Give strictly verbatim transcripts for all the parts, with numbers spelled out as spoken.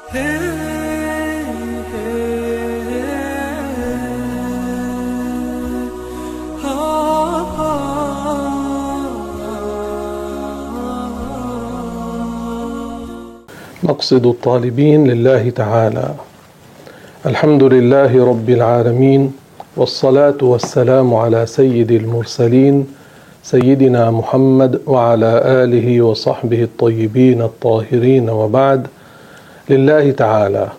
مقصد الطالبين لله تعالى. الحمد لله رب العالمين، والصلاة والسلام على سيد المرسلين سيدنا محمد وعلى آله وصحبه الطيبين الطاهرين، وبعد. لله تعالى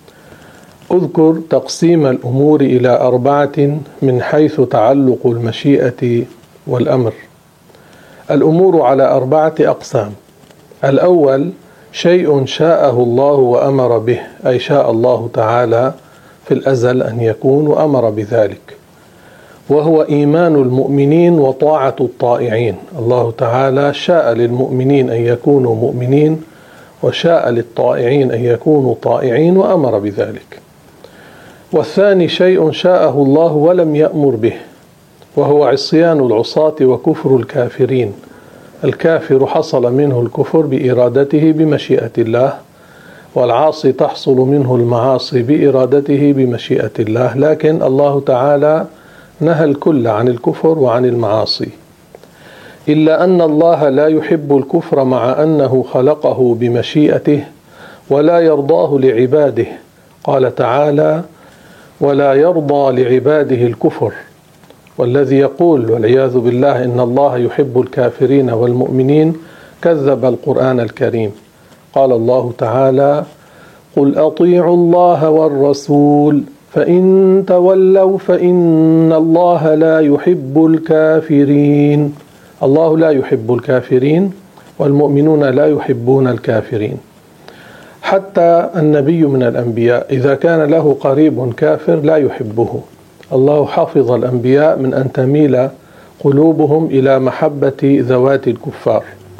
أذكر تقسيم الأمور إلى أربعة من حيث تعلق المشيئة والأمر. الأمور على أربعة أقسام. الأول شيء شاءه الله وأمر به، أي شاء الله تعالى في الأزل أن يكون وأمر بذلك، وهو إيمان المؤمنين وطاعة الطائعين. الله تعالى شاء للمؤمنين أن يكونوا مؤمنين، وشاء للطائعين أن يكونوا طائعين، وأمر بذلك. والثاني شيء شاءه الله ولم يأمر به، وهو عصيان العصاة وكفر الكافرين. الكافر حصل منه الكفر بإرادته بمشيئة الله، والعاصي تحصل منه المعاصي بإرادته بمشيئة الله، لكن الله تعالى نهى الكل عن الكفر وعن المعاصي، إلا أن الله لا يحب الكفر مع أنه خلقه بمشيئته ولا يرضاه لعباده. قال تعالى: ولا يرضى لعباده الكفر. والذي يقول والعياذ بالله إن الله يحب الكافرين والمؤمنين كذب القرآن الكريم. قال الله تعالى: قل أطيعوا الله والرسول فإن تولوا فإن الله لا يحب الكافرين. الله لا يحب الكافرين، والمؤمنون لا يحبون الكافرين. حتى النبي من الأنبياء إذا كان له قريب كافر لا يحبه. الله حفظ الأنبياء من أن تميل قلوبهم إلى محبة ذوات الكفار.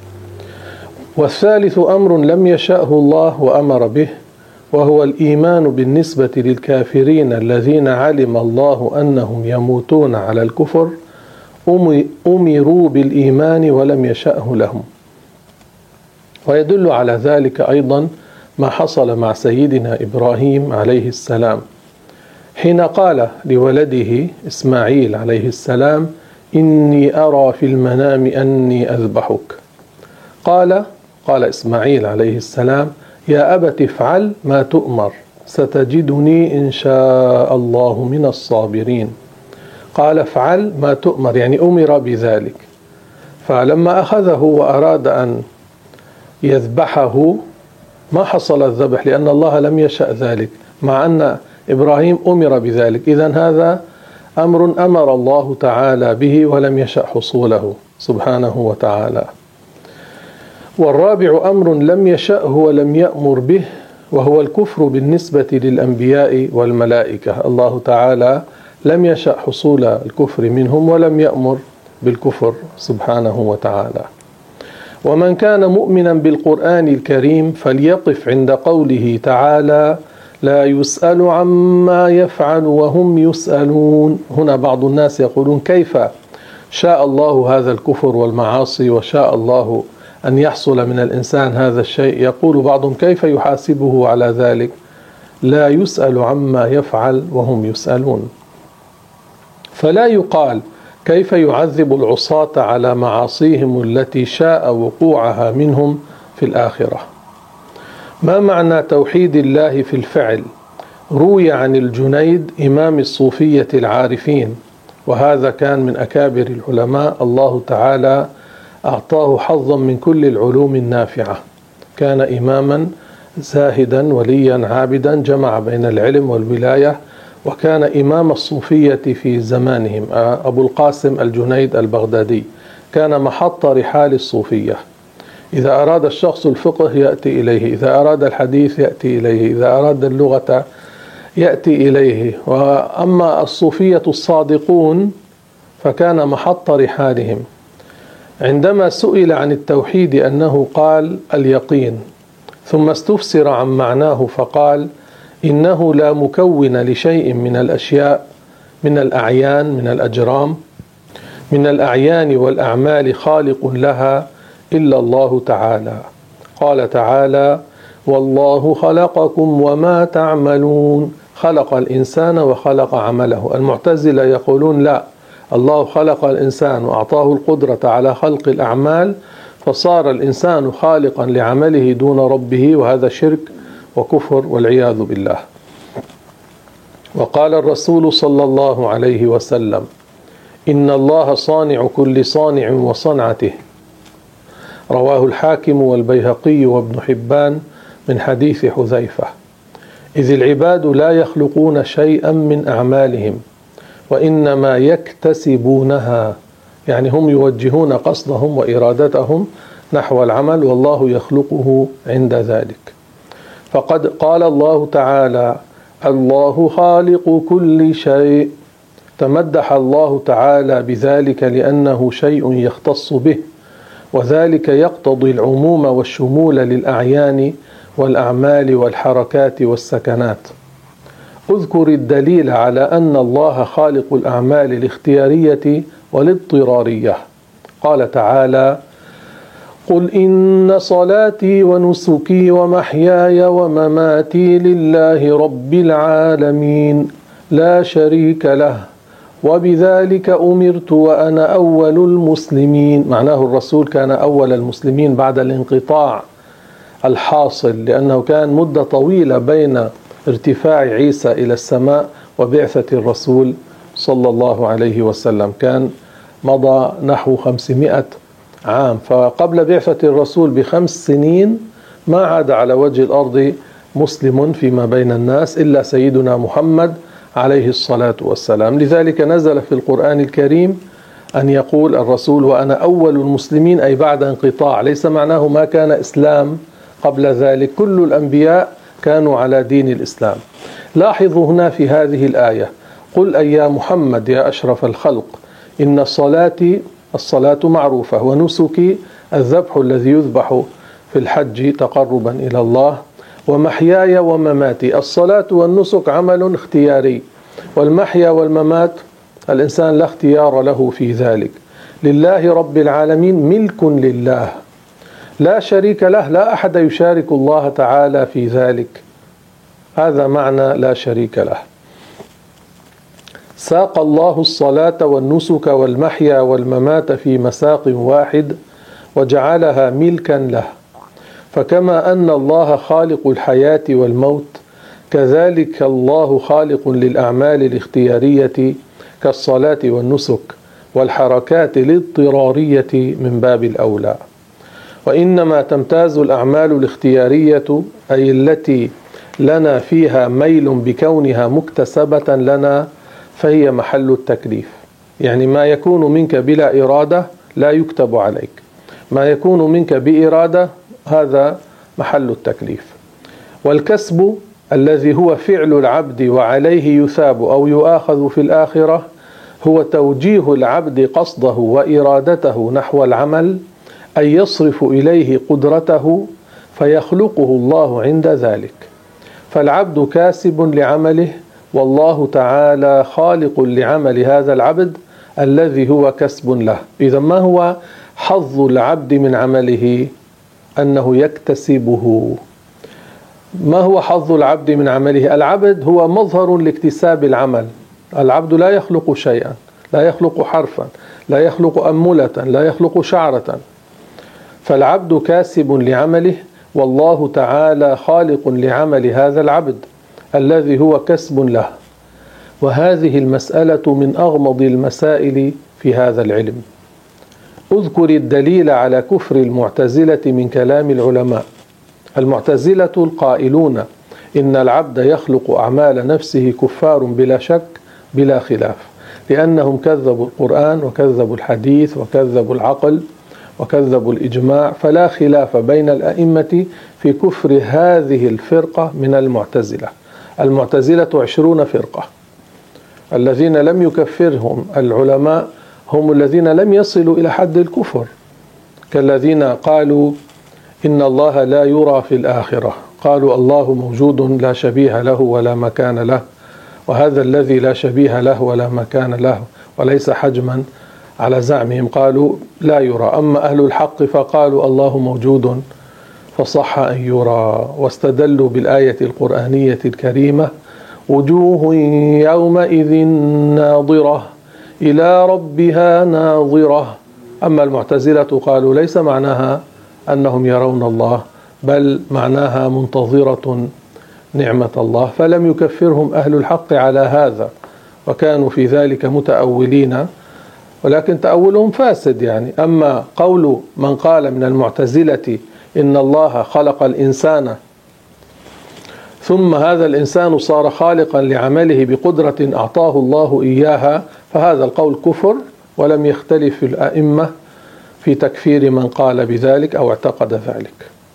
والثالث أمر لم يشأه الله وأمر به، وهو الإيمان بالنسبة للكافرين الذين علم الله أنهم يموتون على الكفر، أمروا بالإيمان ولم يشأه لهم. ويدل على ذلك أيضا ما حصل مع سيدنا إبراهيم عليه السلام، حين قال لولده إسماعيل عليه السلام: إني أرى في المنام أني أذبحك. قال قال إسماعيل عليه السلام: يا أبت افعل ما تؤمر ستجدني إن شاء الله من الصابرين. قال افعل ما تؤمر، يعني أمر بذلك. فلما أخذه وأراد أن يذبحه ما حصل الذبح، لأن الله لم يشأ ذلك، مع أن إبراهيم أمر بذلك. إذن هذا أمر أمر الله تعالى به ولم يشأ حصوله سبحانه وتعالى. والرابع أمر لم يشأه ولم يأمر به، وهو الكفر بالنسبة للأنبياء والملائكة. الله تعالى لم يشأ حصول الكفر منهم ولم يأمر بالكفر سبحانه وتعالى. ومن كان مؤمنا بالقرآن الكريم فليقف عند قوله تعالى: لا يسأل عما يفعل وهم يسألون. هنا بعض الناس يقولون: كيف شاء الله هذا الكفر والمعاصي وشاء الله أن يحصل من الإنسان هذا الشيء؟ يقول بعضهم: كيف يحاسبه على ذلك؟ لا يسأل عما يفعل وهم يسألون. فلا يقال كيف يعذب العصاة على معاصيهم التي شاء وقوعها منهم في الآخرة. ما معنى توحيد الله في الفعل؟ روي عن الجنيد إمام الصوفية العارفين، وهذا كان من أكابر العلماء، الله تعالى أعطاه حظا من كل العلوم النافعة. كان إماما زاهدا وليا عابدا، جمع بين العلم والولاية، وكان إمام الصوفية في زمانهم. أبو القاسم الجنيد البغدادي كان محط رحال الصوفية. إذا أراد الشخص الفقه يأتي إليه، إذا أراد الحديث يأتي إليه، إذا أراد اللغة يأتي إليه. وأما الصوفية الصادقون فكان محط رحالهم. عندما سئل عن التوحيد أنه قال: اليقين، ثم استفسر عن معناه فقال: إنه لا مكون لشيء من الأشياء، من الأعيان، من الأجرام، من الأعيان والأعمال خالق لها إلا الله تعالى. قال تعالى: والله خلقكم وما تعملون. خلق الإنسان وخلق عمله. المعتزلة يقولون لا، الله خلق الإنسان وأعطاه القدرة على خلق الأعمال، فصار الإنسان خالقا لعمله دون ربه، وهذا شرك وكفر والعياذ بالله. وقال الرسول صلى الله عليه وسلم: إن الله صانع كل صانع وصنعته. رواه الحاكم والبيهقي وابن حبان من حديث حذيفة. إذ العباد لا يخلقون شيئا من أعمالهم وإنما يكتسبونها، يعني هم يوجهون قصدهم وإرادتهم نحو العمل، والله يخلقه عند ذلك. فقد قال الله تعالى: الله خالق كل شيء. تمدح الله تعالى بذلك لأنه شيء يختص به، وذلك يقتضي العموم والشمول للأعيان والأعمال والحركات والسكنات. اذكر الدليل على أن الله خالق الأعمال الاختيارية والاضطرارية. قال تعالى: قل إن صلاتي ونسكي ومحياي ومماتي لله رب العالمين لا شريك له وبذلك أمرت وأنا أول المسلمين. معناه الرسول كان أول المسلمين بعد الانقطاع الحاصل، لأنه كان مدة طويلة بين ارتفاع عيسى إلى السماء وبعثة الرسول صلى الله عليه وسلم، كان مضى نحو خمسمائة عام. فقبل بعثة الرسول بخمس سنين ما عاد على وجه الأرض مسلم فيما بين الناس إلا سيدنا محمد عليه الصلاة والسلام. لذلك نزل في القرآن الكريم أن يقول الرسول: وأنا أول المسلمين، أي بعد انقطاع. ليس معناه ما كان إسلام قبل ذلك، كل الأنبياء كانوا على دين الإسلام. لاحظوا هنا في هذه الآية: قل أي يا محمد يا أشرف الخلق، إن صلاتي، الصلاة معروفة، ونسكي الذبح الذي يذبح في الحج تقربا إلى الله، ومحياي ومماتي. الصلاة والنسك عمل اختياري، والمحيا والممات الإنسان لا اختيار له في ذلك. لله رب العالمين، ملك لله لا شريك له، لا أحد يشارك الله تعالى في ذلك. هذا معنى لا شريك له. ساق الله الصلاة والنسك والمحيا والممات في مساق واحد وجعلها ملكا له. فكما أن الله خالق الحياة والموت، كذلك الله خالق للأعمال الاختيارية كالصلاة والنسك والحركات الاضطرارية من باب الأولى. وإنما تمتاز الأعمال الاختيارية، أي التي لنا فيها ميل بكونها مكتسبة لنا، فهي محل التكليف. يعني ما يكون منك بلا إرادة لا يكتب عليك، ما يكون منك بإرادة هذا محل التكليف. والكسب الذي هو فعل العبد وعليه يثاب أو يؤاخذ في الآخرة، هو توجيه العبد قصده وإرادته نحو العمل، أي يصرف إليه قدرته فيخلقه الله عند ذلك. فالعبد كاسب لعمله، والله تعالى خالق لعمل هذا العبد الذي هو كسب له. إذا ما هو حظ العبد من عمله؟ أنه يكتسبه. ما هو حظ العبد من عمله؟ العبد هو مظهر لاكتساب العمل. العبد لا يخلق شيئا، لا يخلق حرفا، لا يخلق أمولة، لا يخلق شعرة. فالعبد كاسب لعمله، والله تعالى خالق لعمل هذا العبد الذي هو كسب له. وهذه المسألة من أغمض المسائل في هذا العلم. اذكر الدليل على كفر المعتزلة من كلام العلماء. المعتزلة القائلون إن العبد يخلق أعمال نفسه كفار بلا شك بلا خلاف، لأنهم كذبوا القرآن وكذبوا الحديث وكذبوا العقل وكذبوا الإجماع، فلا خلاف بين الأئمة في كفر هذه الفرقة من المعتزلة. المعتزلة عشرون فرقة، الذين لم يكفرهم العلماء هم الذين لم يصلوا إلى حد الكفر، كالذين قالوا إن الله لا يرى في الآخرة، قالوا الله موجود لا شبيه له ولا مكان له، وهذا الذي لا شبيه له ولا مكان له وليس حجما على زعمهم قالوا لا يرى. أما أهل الحق فقالوا الله موجود فصح أن يرى. واستدلوا بالآية القرآنية الكريمة: وجوه يومئذ ناظرة إلى ربها ناظرة. أما المعتزلة قالوا ليس معناها أنهم يرون الله، بل معناها منتظرة نعمة الله، فلم يكفرهم أهل الحق على هذا، وكانوا في ذلك متأولين، ولكن تأولهم فاسد. يعني أما قول من قال من المعتزلة إن الله خلق الإنسان ثم هذا الإنسان صار خالقا لعمله بقدرة أعطاه الله إياها، فهذا القول كفر، ولم يختلف الأئمة في تكفير من قال بذلك أو اعتقد ذلك.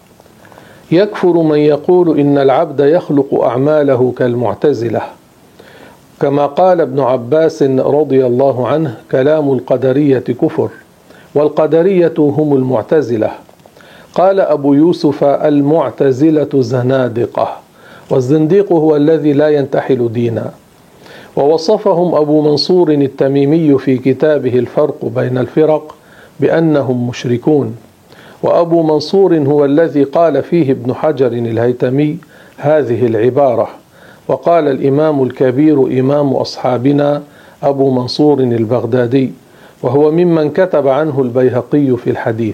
يكفر من يقول إن العبد يخلق أعماله كالمعتزلة، كما قال ابن عباس رضي الله عنه: كلام القدرية كفر، والقدرية هم المعتزلة. قال أبو يوسف: المعتزلة زنادقة، والزنديق هو الذي لا ينتحل دينا. ووصفهم أبو منصور التميمي في كتابه الفرق بين الفرق بأنهم مشركون. وأبو منصور هو الذي قال فيه ابن حجر الهيتمي هذه العبارة. وقال الإمام الكبير إمام أصحابنا أبو منصور البغدادي، وهو ممن كتب عنه البيهقي في الحديث.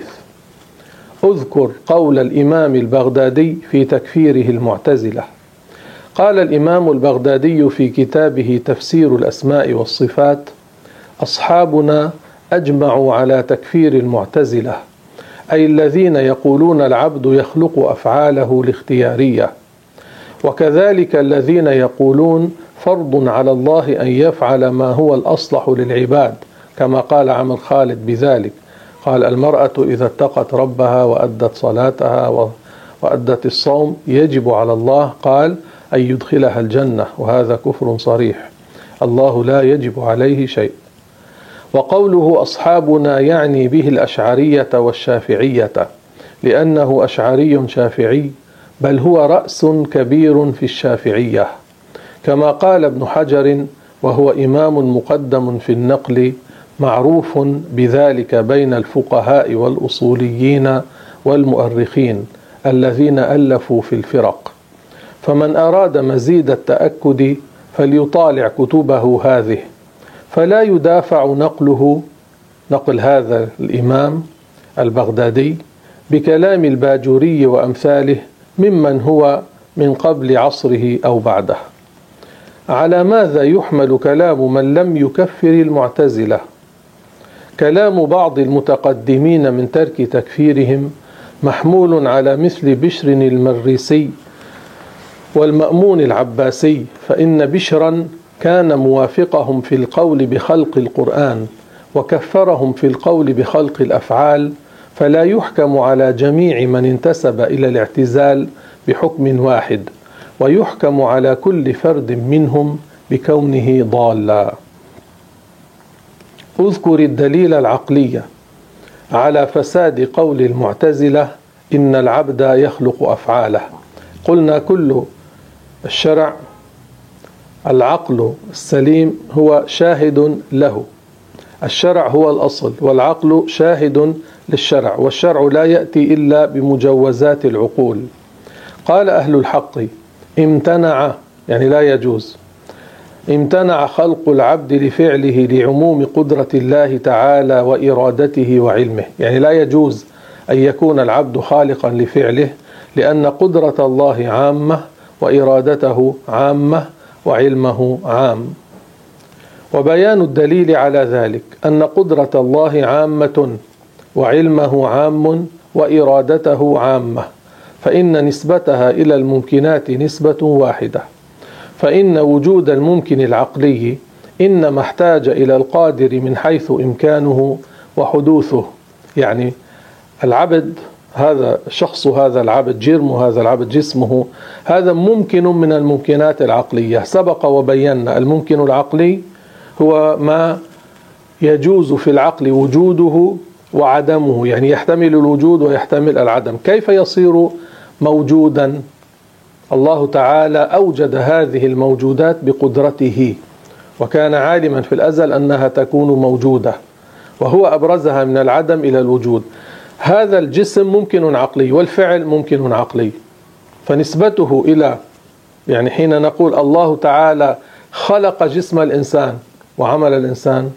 أذكر قول الإمام البغدادي في تكفيره المعتزلة. قال الإمام البغدادي في كتابه تفسير الأسماء والصفات: أصحابنا أجمعوا على تكفير المعتزلة، أي الذين يقولون العبد يخلق أفعاله الاختيارية، وكذلك الذين يقولون فرض على الله أن يفعل ما هو الأصلح للعباد، كما قال عمرو خالد بذلك. قال: المرأة إذا اتقت ربها وأدت صلاتها وأدت الصوم يجب على الله قال أن يدخلها الجنة، وهذا كفر صريح، الله لا يجب عليه شيء. وقوله أصحابنا يعني به الأشعرية والشافعية، لأنه أشعري شافعي، بل هو رأس كبير في الشافعية، كما قال ابن حجر، وهو إمام مقدم في النقل معروف بذلك بين الفقهاء والأصوليين والمؤرخين الذين ألفوا في الفرق. فمن أراد مزيد التأكد فليطالع كتبه هذه، فلا يدافع نقله نقل هذا الإمام البغدادي بكلام الباجوري وأمثاله ممن هو من قبل عصره أو بعده. على ماذا يحمل كلام من لم يكفر المعتزلة؟ كلام بعض المتقدمين من ترك تكفيرهم محمول على مثل بشر المريسي والمأمون العباسي، فإن بشرا كان موافقهم في القول بخلق القرآن، وكفرهم في القول بخلق الأفعال، فلا يحكم على جميع من انتسب إلى الاعتزال بحكم واحد، ويحكم على كل فرد منهم بكونه ضالا. أذكر الدليل العقلي على فساد قول المعتزلة إن العبد يخلق أفعاله. قلنا كل الشرع العقل السليم هو شاهد له، الشرع هو الأصل، والعقل شاهد للشرع، والشرع لا يأتي إلا بمجوزات العقول. قال أهل الحق: امتنع، يعني لا يجوز، امتنع خلق العبد لفعله لعموم قدرة الله تعالى وإرادته وعلمه، يعني لا يجوز أن يكون العبد خالقا لفعله، لأن قدرة الله عامة وإرادته عامة وعلمه عام. وبيان الدليل على ذلك أن قدرة الله عامة وعلمه عام وإرادته عامة، فإن نسبتها إلى الممكنات نسبة واحدة، فإن وجود الممكن العقلي إنما احتاج إلى القادر من حيث إمكانه وحدوثه. يعني العبد هذا شخص، هذا العبد جرم، هذا العبد جسمه، هذا ممكن من الممكنات العقلية. سبق وبينا الممكن العقلي هو ما يجوز في العقل وجوده وعدمه، يعني يحتمل الوجود ويحتمل العدم. كيف يصير موجودا؟ الله تعالى أوجد هذه الموجودات بقدرته، وكان عالما في الأزل أنها تكون موجودة، وهو أبرزها من العدم إلى الوجود. هذا الجسم ممكن عقلي والفعل ممكن عقلي، فنسبته إلى، يعني حين نقول الله تعالى خلق جسم الإنسان وعمل الإنسان،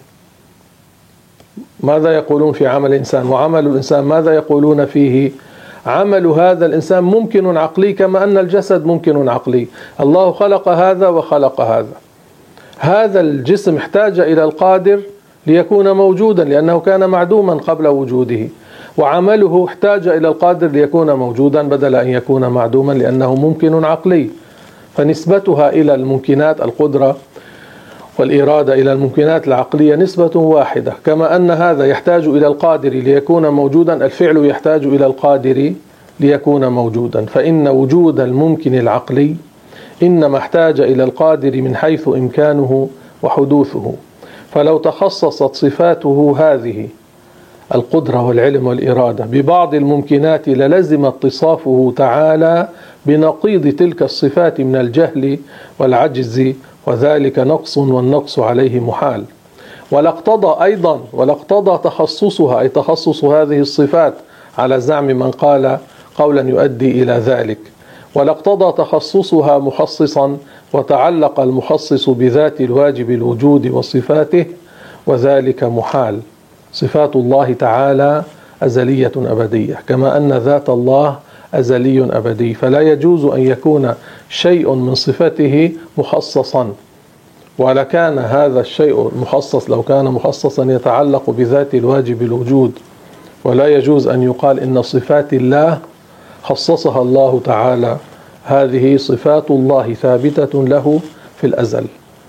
ماذا يقولون في عمل الإنسان؟ وعمل الإنسان ماذا يقولون فيه؟ عمل هذا الإنسان ممكن عقلي كما أن الجسد ممكن عقلي. الله خلق هذا وخلق هذا. هذا الجسم احتاج إلى القادر ليكون موجودا لأنه كان معدوما قبل وجوده، وعمله احتاج إلى القادر ليكون موجودا بدل أن يكون معدوما لأنه ممكن عقلي. فنسبتها إلى الممكنات، القدرة والإرادة إلى الممكنات العقلية نسبة واحدة. كما أن هذا يحتاج إلى القادر ليكون موجودا، الفعل يحتاج إلى القادر ليكون موجودا. فإن وجود الممكن العقلي إنما احتاج إلى القادر من حيث إمكانه وحدوثه. فلو تخصصت صفاته هذه القدرة والعلم والإرادة ببعض الممكنات للزم اتصافه تعالى بنقيض تلك الصفات من الجهل والعجز، وذلك نقص والنقص عليه محال. ولاقتضى أيضا ولاقتضى تخصصها، أي تخصص هذه الصفات على زعم من قال قولا يؤدي إلى ذلك، ولاقتضى تخصصها مخصصا، وتعلق المخصص بذات الواجب الوجود وصفاته، وذلك محال. صفات الله تعالى أزلية أبدية كما أن ذات الله أزلي أبدي، فلا يجوز أن يكون شيء من صفته مخصصا. ولكان هذا الشيء المخصص لو كان مخصصا يتعلق بذات الواجب الوجود، ولا يجوز أن يقال إن صفات الله خصصها الله تعالى. هذه صفات الله ثابتة له في الأزل.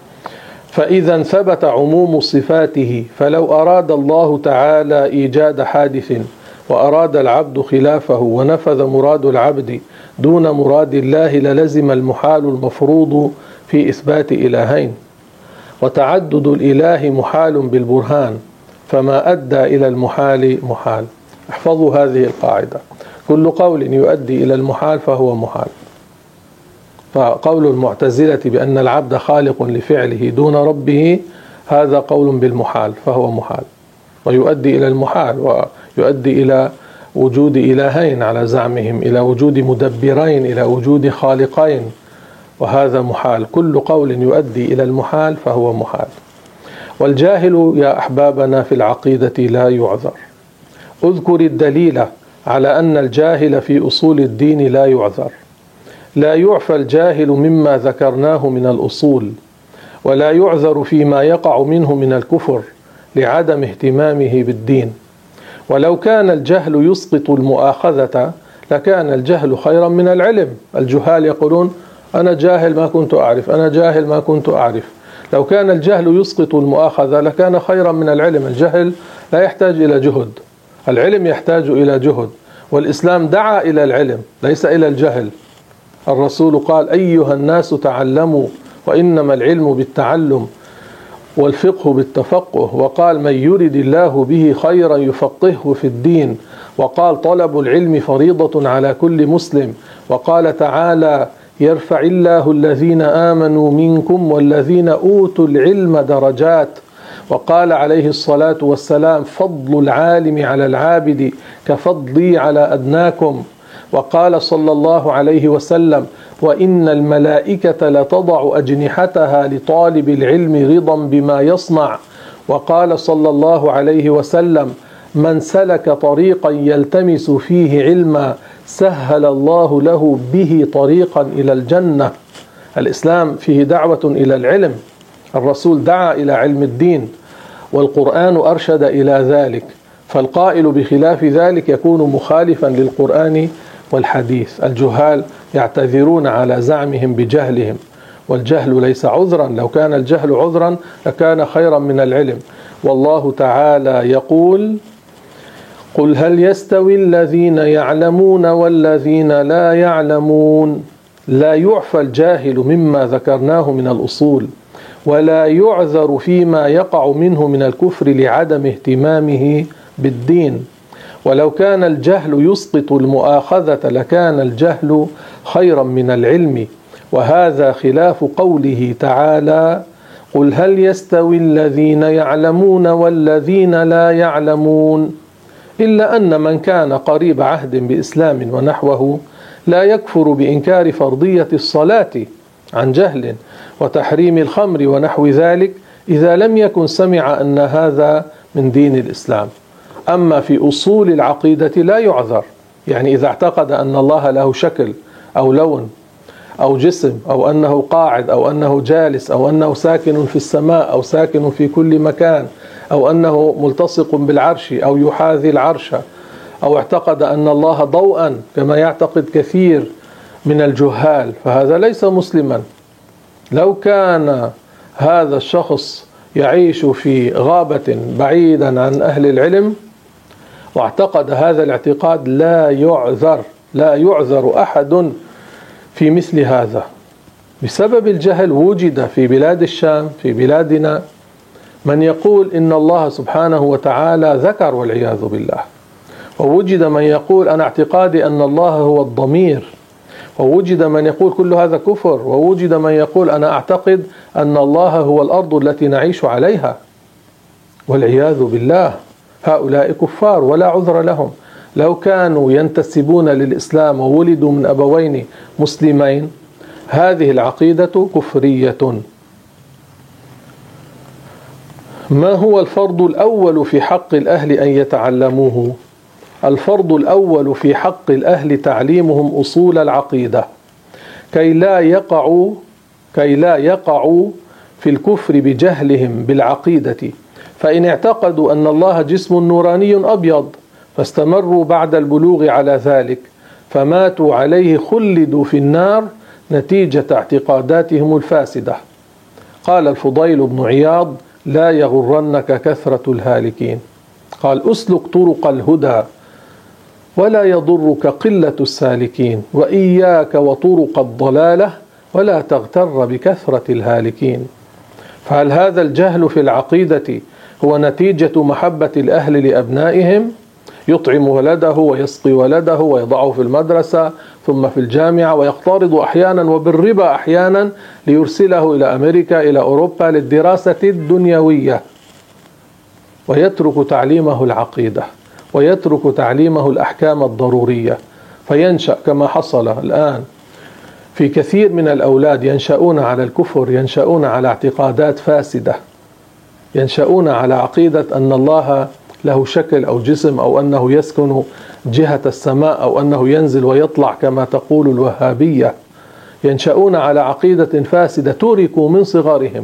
فإذا ثبت عموم صفاته، فلو أراد الله تعالى إيجاد حادث وأراد العبد خلافه ونفذ مراد العبد دون مراد الله للزم المحال المفروض في إثبات إلهين، وتعدد الإله محال بالبرهان، فما أدى إلى المحال محال. احفظوا هذه القاعدة: كل قول يؤدي إلى المحال فهو محال. فقول المعتزلة بأن العبد خالق لفعله دون ربه هذا قول بالمحال فهو محال، ويؤدي إلى المحال، ويؤدي إلى وجود إلهين على زعمهم، إلى وجود مدبرين، إلى وجود خالقين، وهذا محال. كل قول يؤدي إلى المحال فهو محال. والجاهل يا أحبابنا في العقيدة لا يعذر. اذكر الدليل على أن الجاهل في أصول الدين لا يعذر. لا يعفى الجاهل مما ذكرناه من الأصول، ولا يعذر فيما يقع منه من الكفر لعدم اهتمامه بالدين. ولو كان الجهل يسقط المؤاخذة لكان الجهل خيرا من العلم. الجهال يقولون أنا جاهل ما كنت أعرف، أنا جاهل ما كنت أعرف. لو كان الجهل يسقط المؤاخذة لكان خيرا من العلم. الجهل لا يحتاج إلى جهد، العلم يحتاج إلى جهد، والإسلام دعا إلى العلم ليس إلى الجهل. الرسول قال: أيها الناس تعلموا، وإنما العلم بالتعلم والفقه بالتفقه. وقال: من يرد الله به خيرا يفقهه في الدين. وقال: طلب العلم فريضة على كل مسلم. وقال تعالى: يرفع الله الذين آمنوا منكم والذين أوتوا العلم درجات. وقال عليه الصلاة والسلام: فضل العالم على العابد كفضلي على أدناكم. وقال صلى الله عليه وسلم: وإن الملائكة لتضع أجنحتها لطالب العلم رضا بما يصنع. وقال صلى الله عليه وسلم: من سلك طريقا يلتمس فيه علما سهل الله له به طريقا إلى الجنة. الإسلام فيه دعوة إلى العلم، الرسول دعا إلى علم الدين، والقرآن أرشد إلى ذلك. فالقائل بخلاف ذلك يكون مخالفا للقرآن والحديث. الجهال يعتذرون على زعمهم بجهلهم، والجهل ليس عذرا. لو كان الجهل عذرا لكان خيرا من العلم. والله تعالى يقول: قل هل يستوي الذين يعلمون والذين لا يعلمون. لا يعفى الجاهل مما ذكرناه من الأصول، ولا يعذر فيما يقع منه من الكفر لعدم اهتمامه بالدين. ولو كان الجهل يسقط المؤاخذة لكان الجهل خيرا من العلم، وهذا خلاف قوله تعالى: قل هل يستوي الذين يعلمون والذين لا يعلمون. إلا أن من كان قريب عهد بإسلام ونحوه لا يكفر بإنكار فرضية الصلاة عن جهل وتحريم الخمر ونحو ذلك إذا لم يكن سمع أن هذا من دين الإسلام. أما في أصول العقيدة لا يعذر، يعني إذا اعتقد أن الله له شكل أو لون أو جسم أو أنه قاعد أو أنه جالس أو أنه ساكن في السماء أو ساكن في كل مكان أو أنه ملتصق بالعرش أو يحاذي العرش أو اعتقد أن الله ضوءا كما يعتقد كثير من الجهال، فهذا ليس مسلما. لو كان هذا الشخص يعيش في غابة بعيدا عن أهل العلم واعتقد هذا الاعتقاد لا يعذر، لا يعذر أحد في مثل هذا. بسبب الجهل وجد في بلاد الشام في بلادنا من يقول إن الله سبحانه وتعالى ذكر والعياذ بالله، ووجد من يقول أنا اعتقادي أن الله هو الضمير، ووجد من يقول كل هذا كفر، ووجد من يقول أنا أعتقد أن الله هو الأرض التي نعيش عليها والعياذ بالله. هؤلاء كفار ولا عذر لهم. لو كانوا ينتسبون للإسلام وولدوا من أبوين مسلمين هذه العقيدة كفرية. ما هو الفرض الأول في حق الأهل أن يتعلموه؟ الفرض الأول في حق الأهل تعليمهم أصول العقيدة كي لا يقعوا كي لا يقعوا في الكفر بجهلهم بالعقيدة. فإن اعتقدوا أن الله جسم نوراني أبيض فاستمروا بعد البلوغ على ذلك فماتوا عليه خلدوا في النار نتيجة اعتقاداتهم الفاسدة. قال الفضيل بن عياض لا يغرنك كثرة الهالكين. قال أسلك طرق الهدى ولا يضرك قلة السالكين، وإياك وطرق الضلالة ولا تغتر بكثرة الهالكين. فهل هذا الجهل في العقيدة هو نتيجة محبة الأهل لأبنائهم؟ يطعم ولده ويسقي ولده ويضعه في المدرسة ثم في الجامعة ويقترض أحيانا وبالربا أحيانا ليرسله إلى أمريكا إلى أوروبا للدراسة الدنيوية، ويترك تعليمه العقيدة ويترك تعليمه الأحكام الضرورية، فينشأ كما حصل الآن في كثير من الأولاد ينشأون على الكفر، ينشأون على اعتقادات فاسدة، ينشأون على عقيدة أن الله له شكل أو جسم أو أنه يسكن جهة السماء أو أنه ينزل ويطلع كما تقول الوهابية. ينشأون على عقيدة فاسدة تركوا من صغرهم.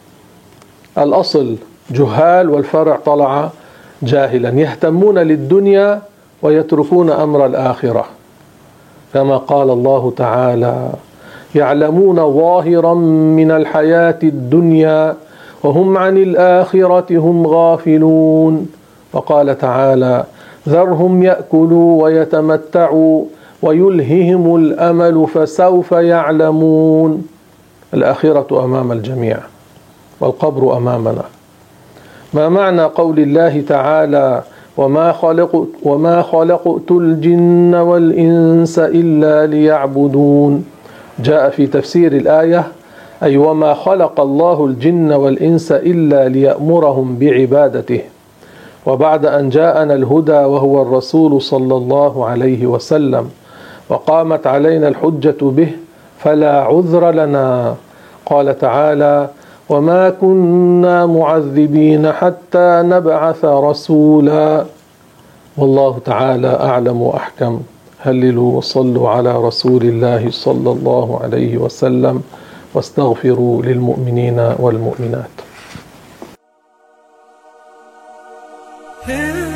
الأصل جهال والفرع طلع جاهلا، يهتمون للدنيا ويتركون أمر الآخرة، كما قال الله تعالى يعلمون ظاهرا من الحياة الدنيا وهم عن الآخرة هم غافلون. وقال تعالى ذرهم يأكلوا ويتمتعوا ويلههم الأمل فسوف يعلمون. الآخرة أمام الجميع والقبر أمامنا. ما معنى قول الله تعالى وما خلقت, وما خلقت الجن والإنس إلا ليعبدون؟ جاء في تفسير الآية أي وما خلق الله الجن والإنس إلا ليأمرهم بعبادته. وبعد أن جاءنا الهدى وهو الرسول صلى الله عليه وسلم وقامت علينا الحجة به فلا عذر لنا. قال تعالى وما كنا معذبين حتى نبعث رسولا. والله تعالى أعلم وأحكم. هللوا وصلوا على رسول الله صلى الله عليه وسلم واستغفروا للمؤمنين والمؤمنات.